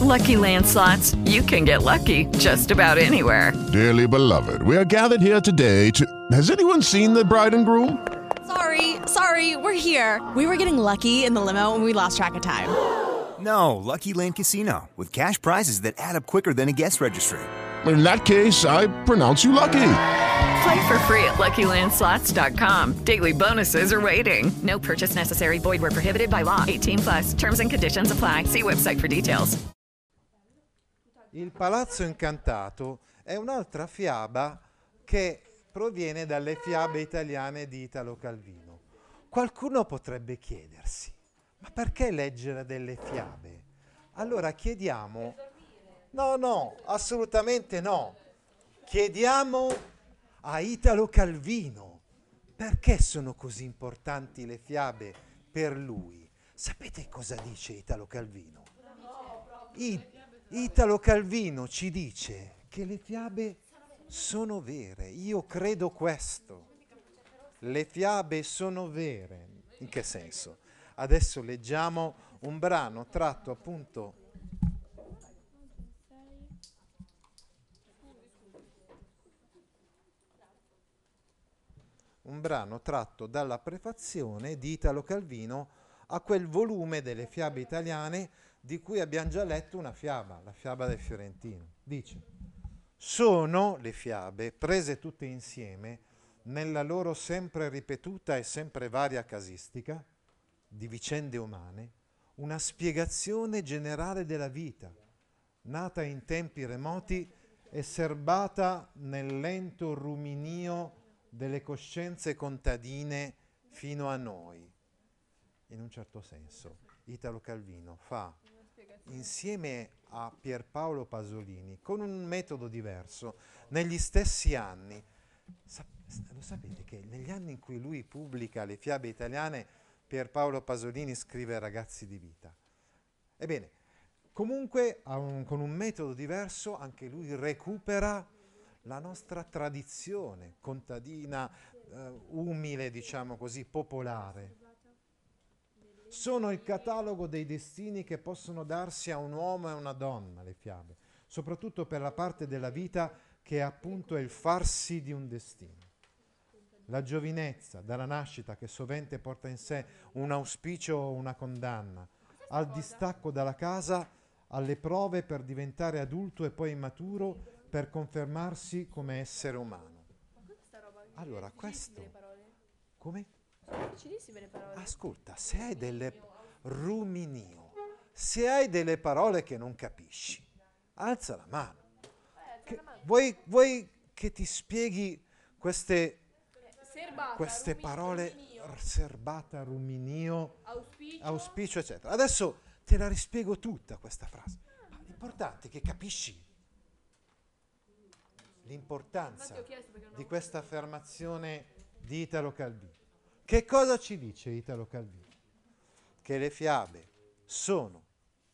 Lucky Land Slots, you can get lucky just about anywhere. Dearly beloved, we are gathered here today to... Has anyone seen the bride and groom? Sorry, we're here. We were getting lucky in the limo and we lost track of time. No, Lucky Land Casino, with cash prizes that add up quicker than a guest registry. In that case, I pronounce you lucky. Play for free at LuckyLandSlots.com. Daily bonuses are waiting. No purchase necessary. Void where prohibited by law. 18+. Terms and conditions apply. See website for details. Il Palazzo Incantato è un'altra fiaba che proviene dalle fiabe italiane di Italo Calvino. Qualcuno potrebbe chiedersi, ma perché leggere delle fiabe? Allora chiediamo... No, assolutamente no. Chiediamo a Italo Calvino perché sono così importanti le fiabe per lui. Sapete cosa dice Italo Calvino? Italo Calvino ci dice che le fiabe sono vere. Io credo questo. Le fiabe sono vere. In che senso? Adesso leggiamo un brano tratto appunto dalla prefazione di Italo Calvino a quel volume delle fiabe italiane di cui abbiamo già letto una fiaba, la fiaba del Fiorentino. Dice: sono le fiabe prese tutte insieme nella loro sempre ripetuta e sempre varia casistica di vicende umane, una spiegazione generale della vita, nata in tempi remoti e serbata nel lento ruminio delle coscienze contadine fino a noi. In un certo senso, Italo Calvino fa, insieme a Pierpaolo Pasolini, con un metodo diverso, negli stessi anni. Lo sapete che negli anni in cui lui pubblica le fiabe italiane, Pierpaolo Pasolini scrive Ragazzi di vita. Ebbene, comunque con un metodo diverso anche lui recupera la nostra tradizione contadina, umile, diciamo così, popolare. Sono il catalogo dei destini che possono darsi a un uomo e a una donna, le fiabe, soprattutto per la parte della vita che appunto è il farsi di un destino. La giovinezza, dalla nascita, che sovente porta in sé un auspicio o una condanna, al distacco dalla casa, alle prove per diventare adulto e poi maturo per confermarsi come essere umano. Allora, questo... Come? Ascolta, se hai delle... ruminio, se hai delle parole che non capisci, alza la mano. Vuoi che ti spieghi queste parole? Serbata, ruminio, auspicio, eccetera. Adesso te la rispiego tutta questa frase. Ma l'importante è che capisci l'importanza di questa affermazione di Italo Calvino. Che cosa ci dice Italo Calvino? Che le fiabe sono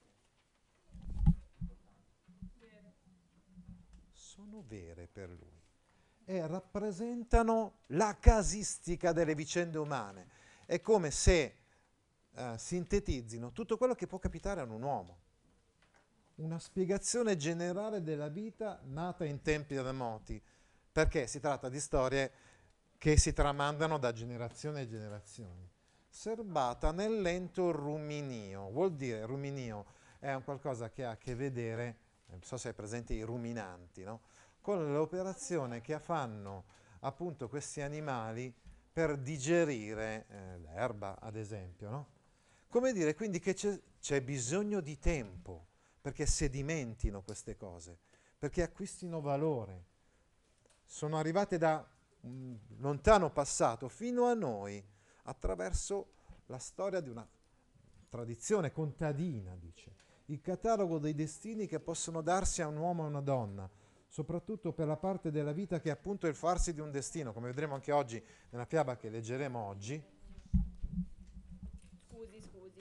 vere per lui e rappresentano la casistica delle vicende umane. È come se sintetizzino tutto quello che può capitare a un uomo. Una spiegazione generale della vita nata in tempi remoti, perché si tratta di storie che si tramandano da generazione e generazioni. Serbata nel lento ruminio. Vuol dire, ruminio è un qualcosa che ha a che vedere, non so se è presente i ruminanti, no? Con l'operazione che fanno appunto questi animali per digerire l'erba, ad esempio, no? Come dire, quindi che c'è bisogno di tempo perché sedimentino queste cose, perché acquistino valore. Sono arrivate da un lontano passato fino a noi attraverso la storia di una tradizione contadina, dice. Il catalogo dei destini che possono darsi a un uomo e a una donna, soprattutto per la parte della vita che è appunto il farsi di un destino, come vedremo anche oggi nella fiaba che leggeremo oggi. Scusi.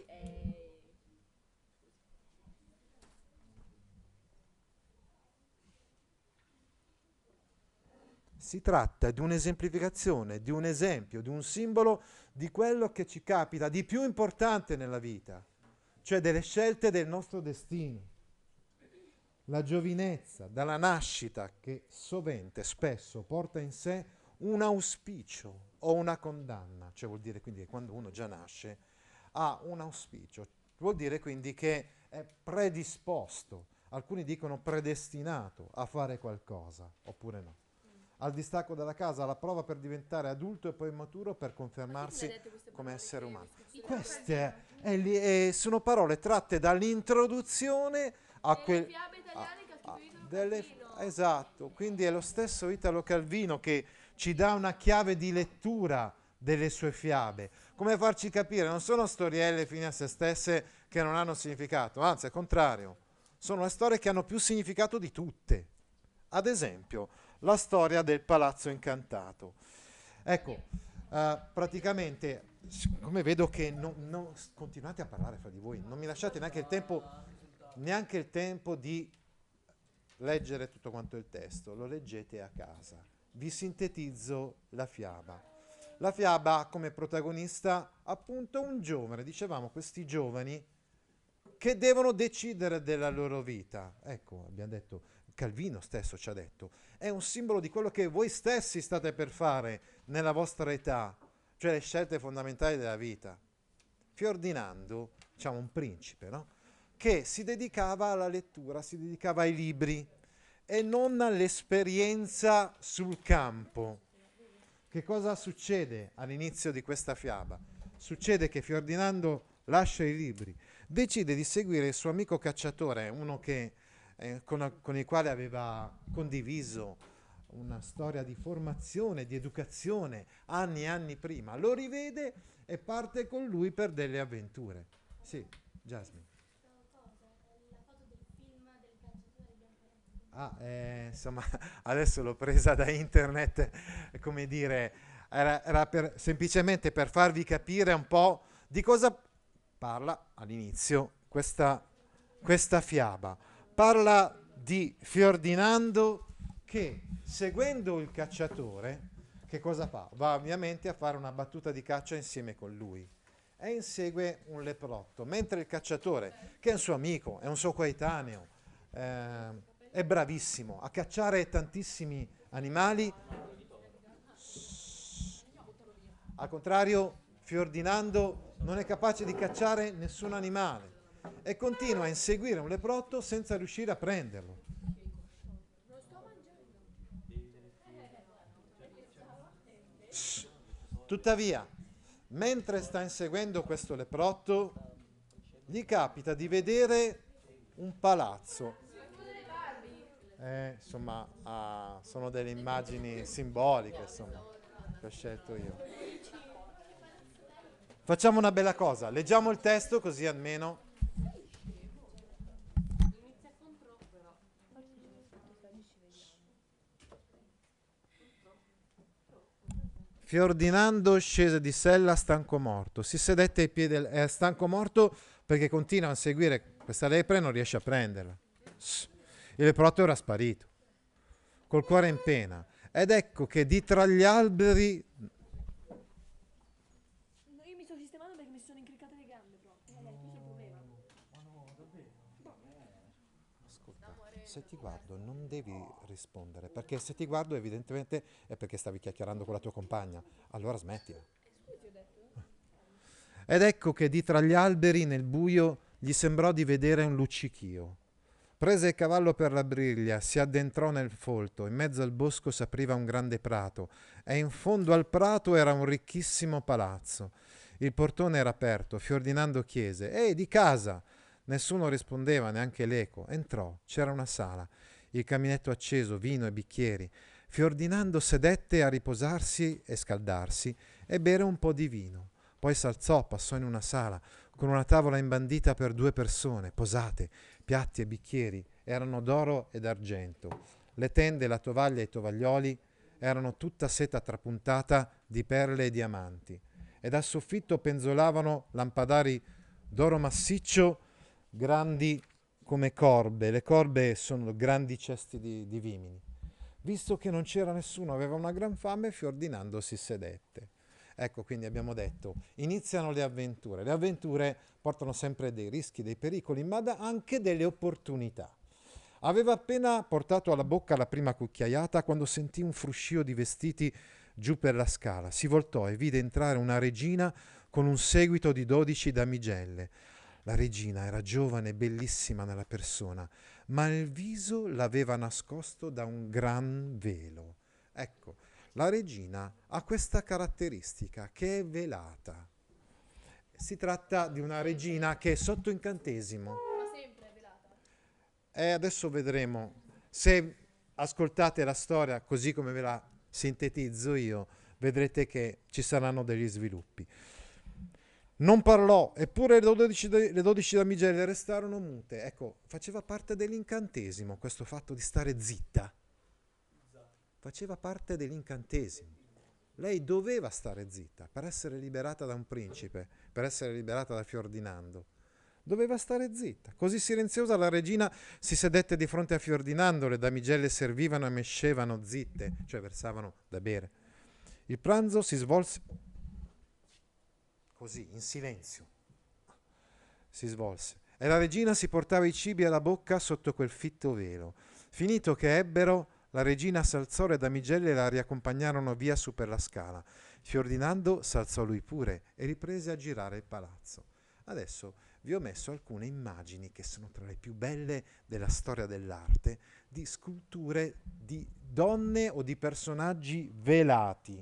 Si tratta di un'esemplificazione, di un esempio, di un simbolo di quello che ci capita di più importante nella vita, cioè delle scelte del nostro destino. La giovinezza, dalla nascita, che sovente, spesso, porta in sé un auspicio o una condanna. Cioè vuol dire quindi che quando uno già nasce ha un auspicio. Vuol dire quindi che è predisposto, alcuni dicono predestinato a fare qualcosa, oppure no. Al distacco dalla casa, alla prova per diventare adulto e poi maturo per confermarsi come essere umano. Queste sono parole tratte dall'introduzione a quel... fiabe italiane che ha scritto Italo delle, Calvino. esatto, quindi è lo stesso Italo Calvino che ci dà una chiave di lettura delle sue fiabe, come farci capire, non sono storielle fine a se stesse che non hanno significato, anzi al contrario, sono le storie che hanno più significato di tutte. Ad esempio, la storia del Palazzo Incantato. Ecco, praticamente, come vedo che non continuate a parlare fra di voi, non mi lasciate neanche il tempo di leggere tutto quanto il testo, lo leggete a casa. Vi sintetizzo la fiaba. La fiaba ha come protagonista appunto un giovane, dicevamo questi giovani che devono decidere della loro vita. Ecco, abbiamo detto, Calvino stesso ci ha detto, è un simbolo di quello che voi stessi state per fare nella vostra età, cioè le scelte fondamentali della vita. Ferdinando, diciamo un principe, no? Che si dedicava alla lettura, si dedicava ai libri e non all'esperienza sul campo. Che cosa succede all'inizio di questa fiaba? Succede che Ferdinando lascia i libri, decide di seguire il suo amico cacciatore, uno che, con il quale aveva condiviso una storia di formazione, di educazione anni e anni prima. Lo rivede e parte con lui per delle avventure. Sì, Jasmine. Insomma, adesso l'ho presa da internet, come dire, era semplicemente per farvi capire un po' di cosa parla all'inizio questa fiaba. Parla di Ferdinando che, seguendo il cacciatore, che cosa fa? Va ovviamente a fare una battuta di caccia insieme con lui e insegue un leprotto, mentre il cacciatore, che è un suo amico, è un suo coetaneo, è bravissimo a cacciare tantissimi animali. Al contrario, Ferdinando non è capace di cacciare nessun animale e continua a inseguire un leprotto senza riuscire a prenderlo. Tuttavia, mentre sta inseguendo questo leprotto, gli capita di vedere un palazzo. Insomma, sono delle immagini simboliche, insomma, che ho scelto io. Facciamo una bella cosa, leggiamo il testo così almeno. Ferdinando scese di sella stanco morto, si sedette ai piedi, è stanco morto perché continua a seguire questa lepre e non riesce a prenderla. Il leprotto era sparito, col cuore in pena, ed ecco che di tra gli alberi... Io mi sto sistemando perché mi sono incriccate le gambe proprio. Questo è il problema. Ascolta, se ti guardo non devi rispondere, perché se ti guardo evidentemente è perché stavi chiacchierando con la tua compagna, allora smettila. Ed ecco che di tra gli alberi nel buio gli sembrò di vedere un luccichio. Prese il cavallo per la briglia, si addentrò nel folto, in mezzo al bosco s'apriva un grande prato e in fondo al prato era un ricchissimo palazzo. Il portone era aperto, Ferdinando chiese: «Ehi, di casa!» Nessuno rispondeva, neanche l'eco. Entrò, c'era una sala, il caminetto acceso, vino e bicchieri. Ferdinando sedette a riposarsi e scaldarsi e bere un po' di vino. Poi s'alzò, passò in una sala, con una tavola imbandita per 2 persone, posate, piatti e bicchieri erano d'oro e d'argento. Le tende, la tovaglia e i tovaglioli erano tutta seta trapuntata di perle e diamanti. E dal soffitto penzolavano lampadari d'oro massiccio grandi come corbe. Le corbe sono grandi cesti di vimini. Visto che non c'era nessuno, aveva una gran fame, Ferdinando si sedette. Ecco, quindi abbiamo detto, iniziano le avventure. Le avventure portano sempre dei rischi, dei pericoli, ma anche delle opportunità. Aveva appena portato alla bocca la prima cucchiaiata quando sentì un fruscio di vestiti giù per la scala. Si voltò e vide entrare una regina con un seguito di 12 damigelle. La regina era giovane e bellissima nella persona, ma il viso l'aveva nascosto da un gran velo. Ecco, la regina ha questa caratteristica che è velata. Si tratta di una regina che è sotto incantesimo. Ma sempre è velata. E adesso vedremo, se ascoltate la storia così come ve la sintetizzo io, vedrete che ci saranno degli sviluppi. Non parlò, eppure le 12 damigelle restarono mute. Ecco, faceva parte dell'incantesimo questo fatto di stare zitta. Faceva parte dell'incantesimo. Lei doveva stare zitta per essere liberata da un principe, per essere liberata da Fiordinando. Doveva stare zitta. Così silenziosa la regina si sedette di fronte a Fiordinando, le damigelle servivano e mescevano zitte, cioè versavano da bere. Il pranzo si svolse così, in silenzio. Si svolse. E la regina si portava i cibi alla bocca sotto quel fitto velo. Finito che ebbero, la regina s'alzò, le damigelle la riaccompagnarono via su per la scala. Fiordinando s'alzò lui pure e riprese a girare il palazzo. Adesso vi ho messo alcune immagini che sono tra le più belle della storia dell'arte, di sculture di donne o di personaggi velati.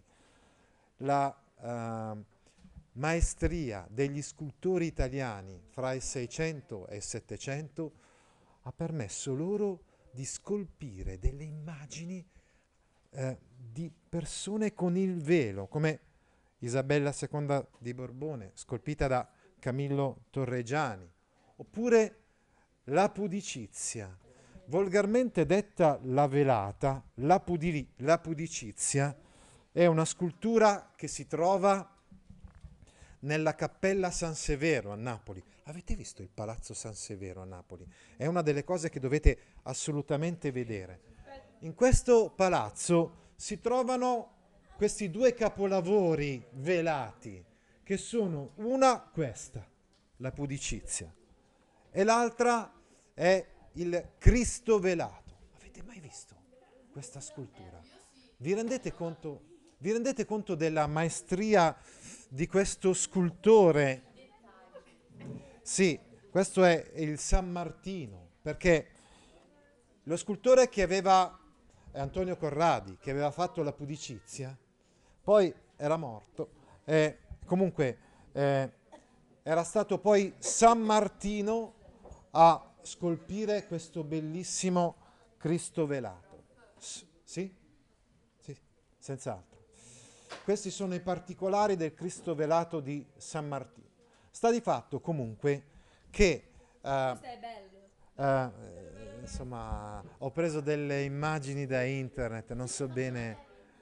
La maestria degli scultori italiani fra il 600 e il 700 ha permesso loro di scolpire delle immagini di persone con il velo, come Isabella II di Borbone, scolpita da Camillo Torregiani, oppure la pudicizia, volgarmente detta la velata. La pudicizia è una scultura che si trova nella Cappella San Severo a Napoli. Avete visto il Palazzo San Severo a Napoli? È una delle cose che dovete assolutamente vedere. In questo palazzo si trovano questi due capolavori velati, che sono una questa, la pudicizia, e l'altra è il Cristo velato. Avete mai visto questa scultura? Vi rendete conto della maestria di questo scultore? Sì, questo è il San Martino, perché lo scultore che aveva, Antonio Corradi, che aveva fatto la pudicizia, poi era morto, comunque era stato poi San Martino a scolpire questo bellissimo Cristo velato. Sì? Sì, senz'altro. Questi sono i particolari del Cristo velato di San Martino. Sta di fatto comunque che Questo è bello. insomma, ho preso delle immagini da internet, non so bene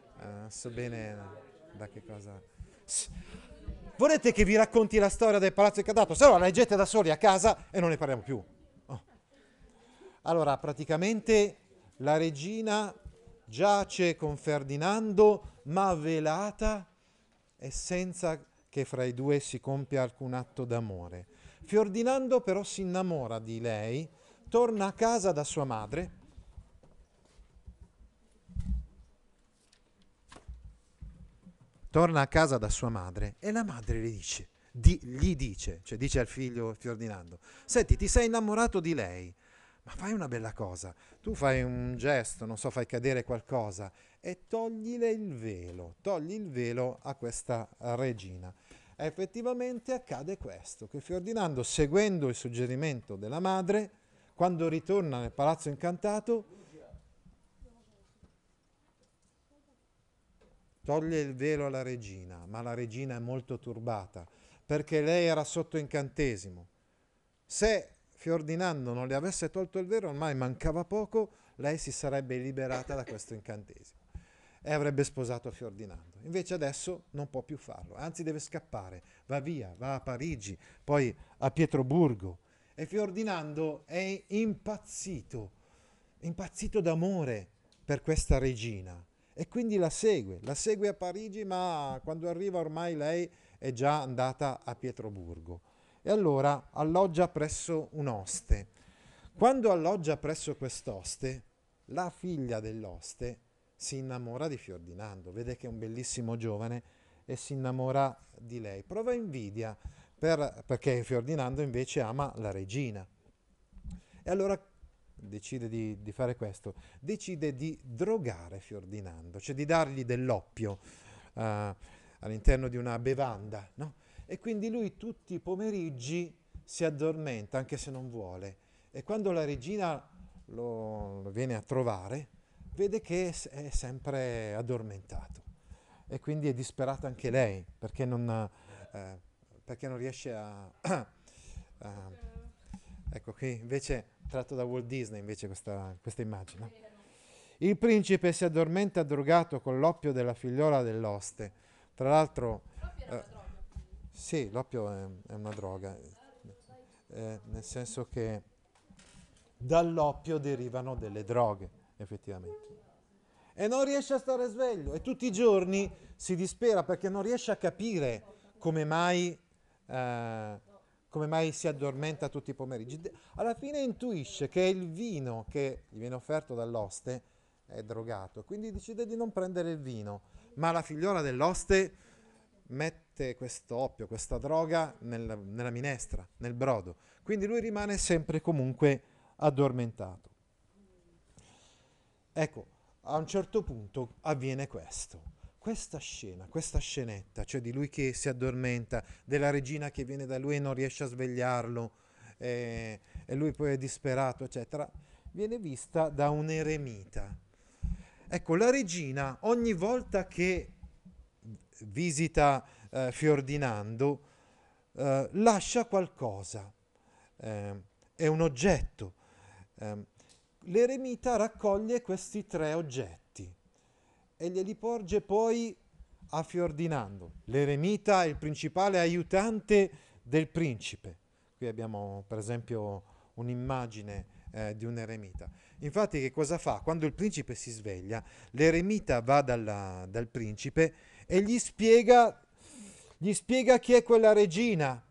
da che cosa. Volete che vi racconti la storia del Palazzo Incantato? Se no la leggete da soli a casa e non ne parliamo più. Oh. Allora, praticamente la regina giace con Ferdinando, ma velata e senza che fra i due si compia alcun atto d'amore. Ferdinando però si innamora di lei, torna a casa da sua madre. Torna a casa da sua madre e la madre gli dice, cioè dice al figlio Ferdinando: senti, ti sei innamorato di lei, ma fai una bella cosa, tu fai un gesto, non so, fai cadere qualcosa e togli il velo a questa regina. E effettivamente accade questo, che Ferdinando, seguendo il suggerimento della madre, quando ritorna nel Palazzo Incantato, toglie il velo alla regina, ma la regina è molto turbata, perché lei era sotto incantesimo. Se Ferdinando non le avesse tolto il velo, ormai mancava poco, lei si sarebbe liberata da questo incantesimo e avrebbe sposato Ferdinando. Invece adesso non può più farlo, anzi deve scappare, va via, va a Parigi, poi a Pietroburgo. E Ferdinando è impazzito d'amore per questa regina e quindi la segue a Parigi, ma quando arriva ormai lei è già andata a Pietroburgo. E allora alloggia presso un oste. Quando alloggia presso quest'oste, la figlia dell'oste si innamora di Fiordinando, vede che è un bellissimo giovane e si innamora di lei. Prova invidia perché Fiordinando invece ama la regina. E allora decide di fare questo, decide di drogare Fiordinando, cioè di dargli dell'oppio all'interno di una bevanda, no? E quindi lui tutti i pomeriggi si addormenta, anche se non vuole. E quando la regina lo viene a trovare, vede che è sempre addormentato. E quindi è disperata anche lei, perché non riesce ecco qui, invece, tratto da Walt Disney, invece questa immagine. Il principe si addormenta drogato con l'oppio della figliola dell'oste. Tra l'altro... sì, l'oppio è una droga, nel senso che dall'oppio derivano delle droghe, effettivamente. E non riesce a stare sveglio, e tutti i giorni si dispera perché non riesce a capire come mai si addormenta tutti i pomeriggi. Alla fine intuisce che il vino che gli viene offerto dall'oste è drogato, quindi decide di non prendere il vino, ma la figliola dell'oste mette questo oppio, questa droga nella minestra, nel brodo, quindi lui rimane sempre comunque addormentato. Ecco, a un certo punto avviene questa scena, questa scenetta, cioè di lui che si addormenta, della regina che viene da lui e non riesce a svegliarlo, e lui poi è disperato, eccetera, viene vista da un eremita. Ecco, la regina ogni volta che visita Fiordinando lascia qualcosa, è un oggetto. L'eremita raccoglie questi 3 oggetti e glieli porge poi a Fiordinando. L'eremita è il principale aiutante del principe. Qui abbiamo per esempio un'immagine di un eremita. Infatti che cosa fa? Quando il principe si sveglia, l'eremita va dal principe e gli spiega chi è quella regina.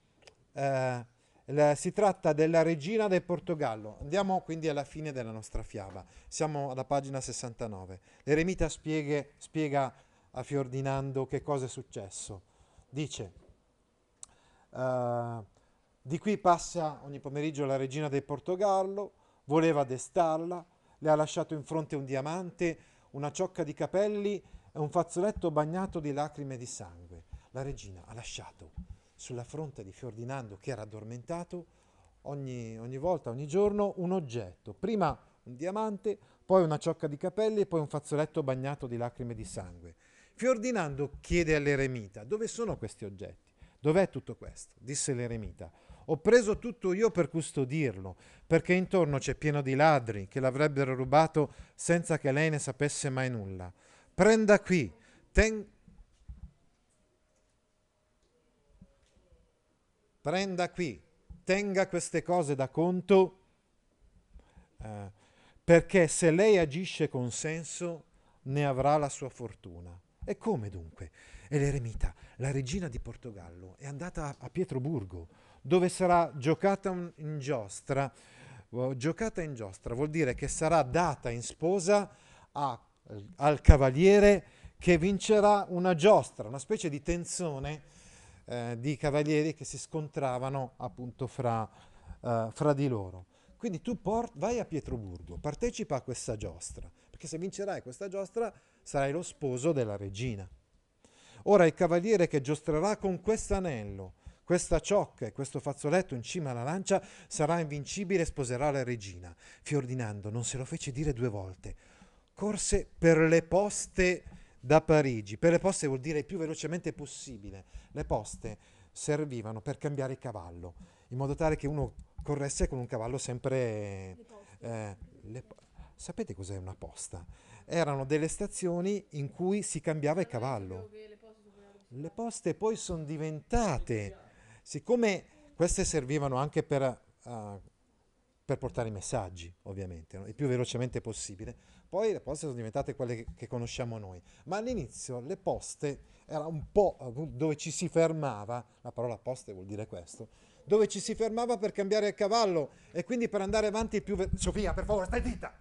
Si tratta della regina del Portogallo. Andiamo quindi alla fine della nostra fiaba. Siamo alla pagina 69. L'eremita spiega a Fiordinando che cosa è successo. Dice: di qui passa ogni pomeriggio la regina del Portogallo, voleva adestarla, le ha lasciato in fronte un diamante, una ciocca di capelli e un fazzoletto bagnato di lacrime di sangue. La regina ha lasciato sulla fronte di Fiordinando, che era addormentato, ogni volta, ogni giorno, un oggetto. Prima un diamante, poi una ciocca di capelli e poi un fazzoletto bagnato di lacrime di sangue. Fiordinando chiede all'eremita: dove sono questi oggetti? Dov'è tutto questo? Disse l'eremita: ho preso tutto io per custodirlo, perché intorno c'è pieno di ladri che l'avrebbero rubato senza che lei ne sapesse mai nulla. Prenda qui, tenga queste cose da conto, perché se lei agisce con senso ne avrà la sua fortuna. E come dunque? E l'eremita, la regina di Portogallo, è andata a Pietroburgo, dove sarà giocata in giostra. Giocata in giostra vuol dire che sarà data in sposa al cavaliere che vincerà una giostra, una specie di tenzone di cavalieri che si scontravano appunto fra di loro. Quindi tu vai a Pietroburgo, partecipa a questa giostra, perché se vincerai questa giostra sarai lo sposo della regina. Ora il cavaliere che giostrerà con quest'anello, questa ciocca e questo fazzoletto in cima alla lancia sarà invincibile e sposerà la regina. Fiordinando non se lo fece dire 2 volte. Corse per le poste da Parigi. Per le poste vuol dire il più velocemente possibile. Le poste servivano per cambiare il cavallo, in modo tale che uno corresse con un cavallo sempre... Sapete cos'è una posta? Erano delle stazioni in cui si cambiava il cavallo. Le poste poi sono diventate, siccome queste servivano anche per portare i messaggi, ovviamente, no? Il più velocemente possibile. Poi le poste sono diventate quelle che conosciamo noi. Ma all'inizio le poste era un po' dove ci si fermava, la parola poste vuol dire questo, dove ci si fermava per cambiare il cavallo e quindi per andare avanti il più Sofia, per favore, stai zitta!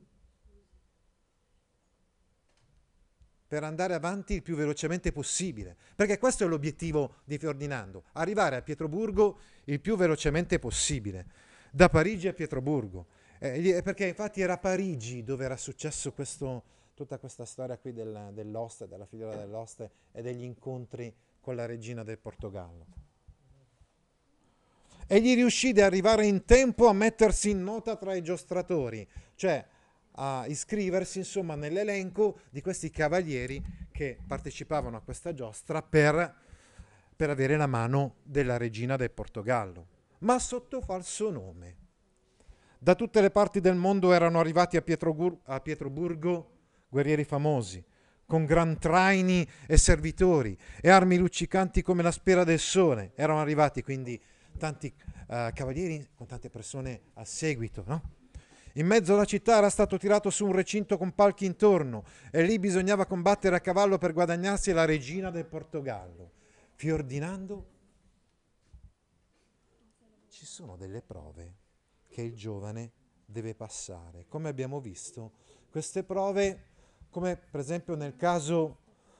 Per andare avanti il più velocemente possibile, perché questo è l'obiettivo di Ferdinando, arrivare a Pietroburgo il più velocemente possibile, da Parigi a Pietroburgo, perché infatti era a Parigi dove era successo tutta questa storia qui dell'oste, della figliola dell'oste e degli incontri con la regina del Portogallo. E gli riuscì di arrivare in tempo a mettersi in nota tra i giostratori, cioè a iscriversi insomma nell'elenco di questi cavalieri che partecipavano a questa giostra per avere la mano della regina del Portogallo, ma sotto falso nome. Da tutte le parti del mondo erano arrivati a Pietroburgo guerrieri famosi, con gran traini e servitori e armi luccicanti come la spera del sole. Erano arrivati quindi tanti cavalieri con tante persone a seguito, no? In mezzo alla città era stato tirato su un recinto con palchi intorno e lì bisognava combattere a cavallo per guadagnarsi la regina del Portogallo. Ferdinando, ci sono delle prove che il giovane deve passare. Come abbiamo visto, queste prove, come per esempio nel caso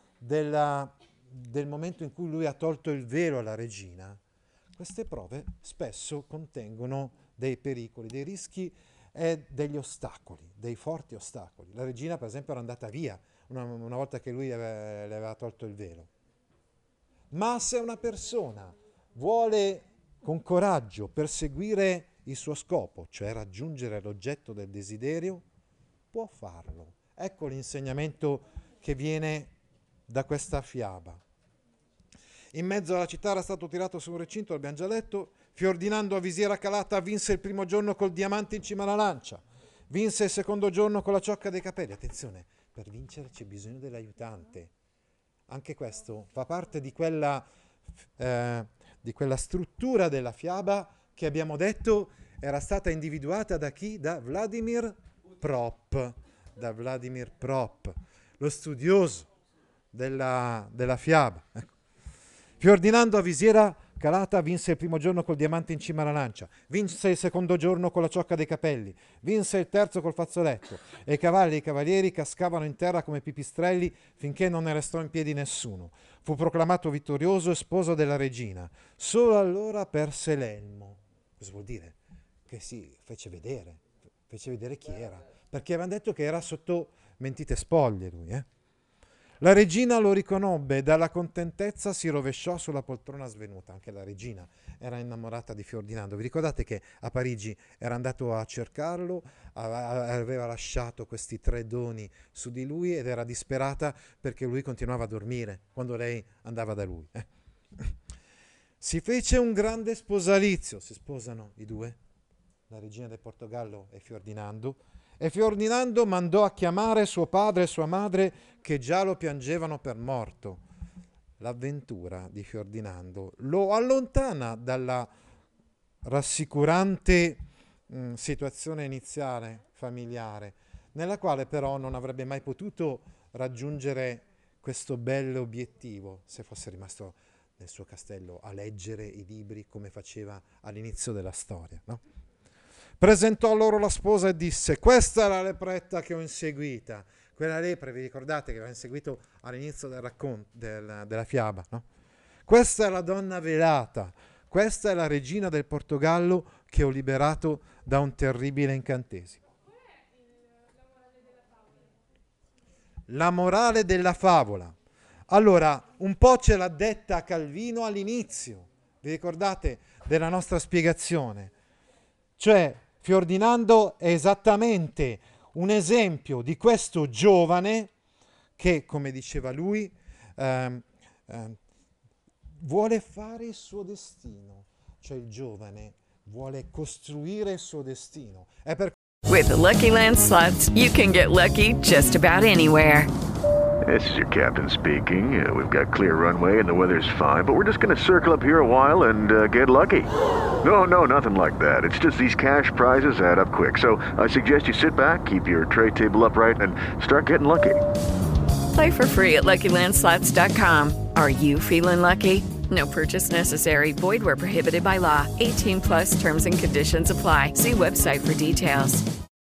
del momento in cui lui ha tolto il velo alla regina, queste prove spesso contengono dei pericoli, dei rischi e degli ostacoli, dei forti ostacoli. La regina per esempio era andata via una volta che lui le aveva tolto il velo. Ma se una persona vuole con coraggio perseguire il suo scopo, cioè raggiungere l'oggetto del desiderio, può farlo. Ecco l'insegnamento che viene da questa fiaba. In mezzo alla città era stato tirato su un recinto, l'abbiamo già letto. Ferdinando a visiera calata vinse il primo giorno col diamante in cima alla lancia, vinse il secondo giorno con la ciocca dei capelli. Attenzione, per vincere c'è bisogno dell'aiutante. Anche questo fa parte di quella struttura della fiaba che abbiamo detto era stata individuata da chi? Da Vladimir Prop, lo studioso della fiaba. Ecco. Ferdinando a visiera calata vinse il primo giorno col diamante in cima alla lancia, vinse il secondo giorno con la ciocca dei capelli, vinse il terzo col fazzoletto, e i cavalli e i cavalieri cascavano in terra come pipistrelli finché non ne restò in piedi nessuno. Fu proclamato vittorioso e sposo della regina. Solo allora perse l'elmo. Cosa vuol dire? Che si fece vedere chi era, perché avevano detto che era sotto mentite spoglie lui, La regina lo riconobbe e dalla contentezza si rovesciò sulla poltrona svenuta. Anche la regina era innamorata di Ferdinando. Vi ricordate che a Parigi era andato a cercarlo, aveva lasciato questi 3 doni su di lui ed era disperata perché lui continuava a dormire quando lei andava da lui. Si fece un grande sposalizio, si sposano i due, la regina del Portogallo e Ferdinando mandò a chiamare suo padre e sua madre che già lo piangevano per morto. L'avventura di Ferdinando lo allontana dalla rassicurante situazione iniziale familiare, nella quale però non avrebbe mai potuto raggiungere questo bello obiettivo se fosse rimasto nel suo castello a leggere i libri come faceva all'inizio della storia, no? Presentò loro la sposa e disse: questa è la lepretta che ho inseguita. Quella lepre, vi ricordate che aveva inseguito all'inizio del racconto della fiaba, no? Questa è la donna velata, questa è la regina del Portogallo che ho liberato da un terribile incantesimo. La morale della favola. Allora, un po' ce l'ha detta Calvino all'inizio, vi ricordate della nostra spiegazione? Cioè, Ferdinando è esattamente un esempio di questo giovane che, come diceva lui, vuole fare il suo destino. Cioè il giovane vuole costruire il suo destino. È per With the Lucky Land Slots, you can get lucky just about anywhere. This is your captain speaking. We've got clear runway and the weather's fine, but we're just going to circle up here a while and get lucky. No, nothing like that. It's just these cash prizes add up quick. So I suggest you sit back, keep your tray table upright, and start getting lucky. Play for free at LuckyLandSlots.com. Are you feeling lucky? No purchase necessary. Void where prohibited by law. 18+ terms and conditions apply. See website for details.